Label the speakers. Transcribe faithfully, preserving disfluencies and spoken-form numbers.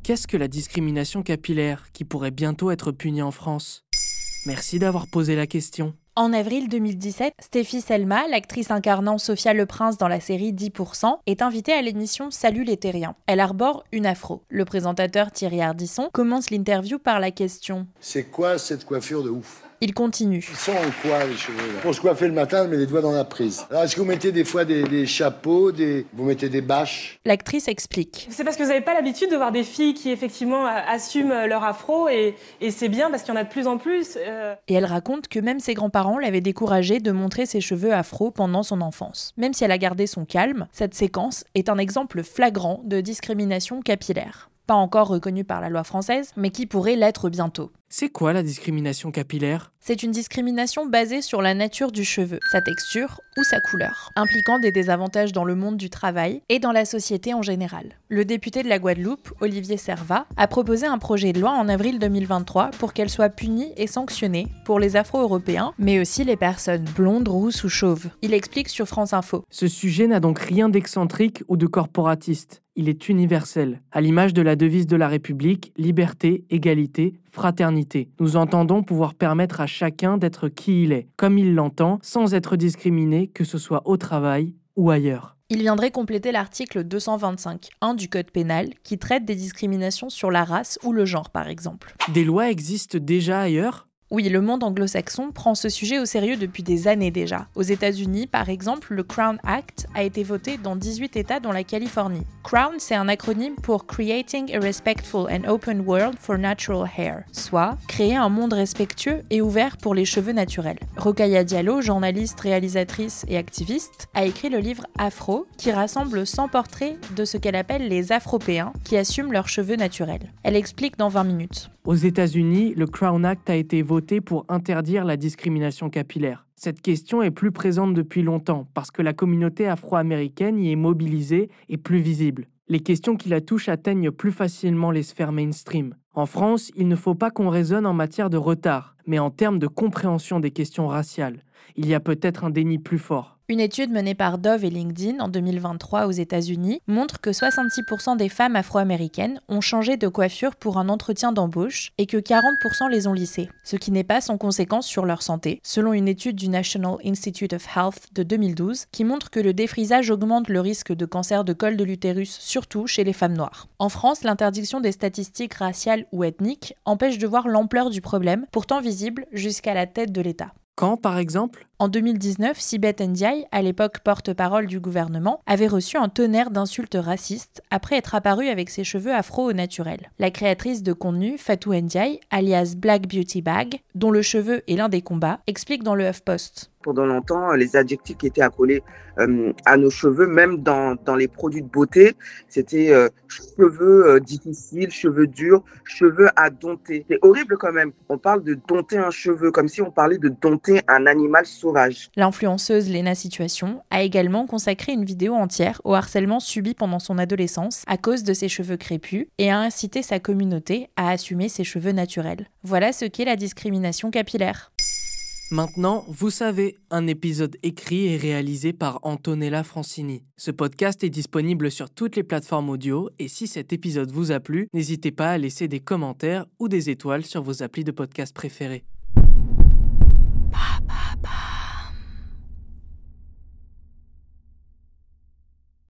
Speaker 1: Qu'est-ce que la discrimination capillaire qui pourrait bientôt être punie en France ? Merci d'avoir posé la question.
Speaker 2: En avril deux mille dix-sept, Stéphie Selma, l'actrice incarnant Sophia Le Prince dans la série dix pour cent, est invitée à l'émission Salut les Terriens. Elle arbore une afro. Le présentateur Thierry Ardisson commence l'interview par la question «
Speaker 3: C'est quoi cette coiffure de ouf ?»
Speaker 2: Il continue.
Speaker 3: Ils sont en quoi les cheveux là ? Pour se coiffer le matin, on met les doigts dans la prise. Alors est-ce que vous mettez des fois des, des chapeaux, des... vous mettez des bâches ?
Speaker 2: L'actrice explique.
Speaker 4: C'est parce que vous n'avez pas l'habitude de voir des filles qui effectivement assument leur afro et, et c'est bien parce qu'il y en a de plus en plus. Euh...
Speaker 2: Et elle raconte que même ses grands-parents l'avaient découragée de montrer ses cheveux afro pendant son enfance. Même si elle a gardé son calme, cette séquence est un exemple flagrant de discrimination capillaire. Pas encore reconnue par la loi française, mais qui pourrait l'être bientôt.
Speaker 1: C'est quoi la discrimination capillaire ?
Speaker 2: C'est une discrimination basée sur la nature du cheveu, sa texture ou sa couleur, impliquant des désavantages dans le monde du travail et dans la société en général. Le député de la Guadeloupe, Olivier Servat, a proposé un projet de loi en avril deux mille vingt-trois pour qu'elle soit punie et sanctionnée pour les Afro-Européens, mais aussi les personnes blondes, rousses ou chauves. Il explique sur France Info.
Speaker 1: Ce sujet n'a donc rien d'excentrique ou de corporatiste. Il est universel, à l'image de la devise de la République, liberté, égalité, fraternité. Nous entendons pouvoir permettre à chacun d'être qui il est, comme il l'entend, sans être discriminé, que ce soit au travail ou ailleurs.
Speaker 2: Il viendrait compléter l'article deux cent vingt-cinq un du Code pénal qui traite des discriminations sur la race ou le genre, par exemple.
Speaker 1: Des lois existent déjà ailleurs ?
Speaker 2: Oui, le monde anglo-saxon prend ce sujet au sérieux depuis des années déjà. Aux États-Unis, par exemple, le Crown Act a été voté dans dix-huit États dont la Californie. Crown, c'est un acronyme pour Creating a Respectful and Open World for Natural Hair, soit créer un monde respectueux et ouvert pour les cheveux naturels. Rokhaya Diallo, journaliste, réalisatrice et activiste, a écrit le livre Afro, qui rassemble cent portraits de ce qu'elle appelle les Afropéens qui assument leurs cheveux naturels. Elle explique dans vingt minutes.
Speaker 1: Aux États-Unis, le Crown Act a été voté pour interdire la discrimination capillaire. Cette question est plus présente depuis longtemps parce que la communauté afro-américaine y est mobilisée et plus visible. Les questions qui la touchent atteignent plus facilement les sphères mainstream. En France, il ne faut pas qu'on raisonne en matière de retard, mais en termes de compréhension des questions raciales. Il y a peut-être un déni plus fort.
Speaker 2: Une étude menée par Dove et LinkedIn en deux mille vingt-trois aux États-Unis montre que soixante-six pour cent des femmes afro-américaines ont changé de coiffure pour un entretien d'embauche et que quarante pour cent les ont lissées, ce qui n'est pas sans conséquence sur leur santé, selon une étude du National Institute of Health de deux mille douze qui montre que le défrisage augmente le risque de cancer de col de l'utérus, surtout chez les femmes noires. En France, l'interdiction des statistiques raciales ou ethniques empêche de voir l'ampleur du problème, pourtant visible jusqu'à la tête de l'État.
Speaker 1: Quand, par exemple ?
Speaker 2: En deux mille dix-neuf, Sibeth Ndiaye, à l'époque porte-parole du gouvernement, avait reçu un tonnerre d'insultes racistes après être apparue avec ses cheveux afro au naturel. La créatrice de contenu, Fatou Ndiaye, alias Black Beauty Bag, dont le cheveu est l'un des combats, explique dans le HuffPost.
Speaker 5: Pendant longtemps, les adjectifs qui étaient accolés euh, à nos cheveux, même dans, dans les produits de beauté, c'était euh, cheveux euh, difficiles, cheveux durs, cheveux à dompter. C'est horrible quand même. On parle de dompter un cheveu, comme si on parlait de dompter un animal sauvage.
Speaker 2: L'influenceuse Léna Situation a également consacré une vidéo entière au harcèlement subi pendant son adolescence à cause de ses cheveux crépus et a incité sa communauté à assumer ses cheveux naturels. Voilà ce qu'est la discrimination capillaire.
Speaker 1: Maintenant, vous savez, un épisode écrit et réalisé par Antonella Francini. Ce podcast est disponible sur toutes les plateformes audio et si cet épisode vous a plu, n'hésitez pas à laisser des commentaires ou des étoiles sur vos applis de podcast préférés.
Speaker 2: Pa, pa, pa.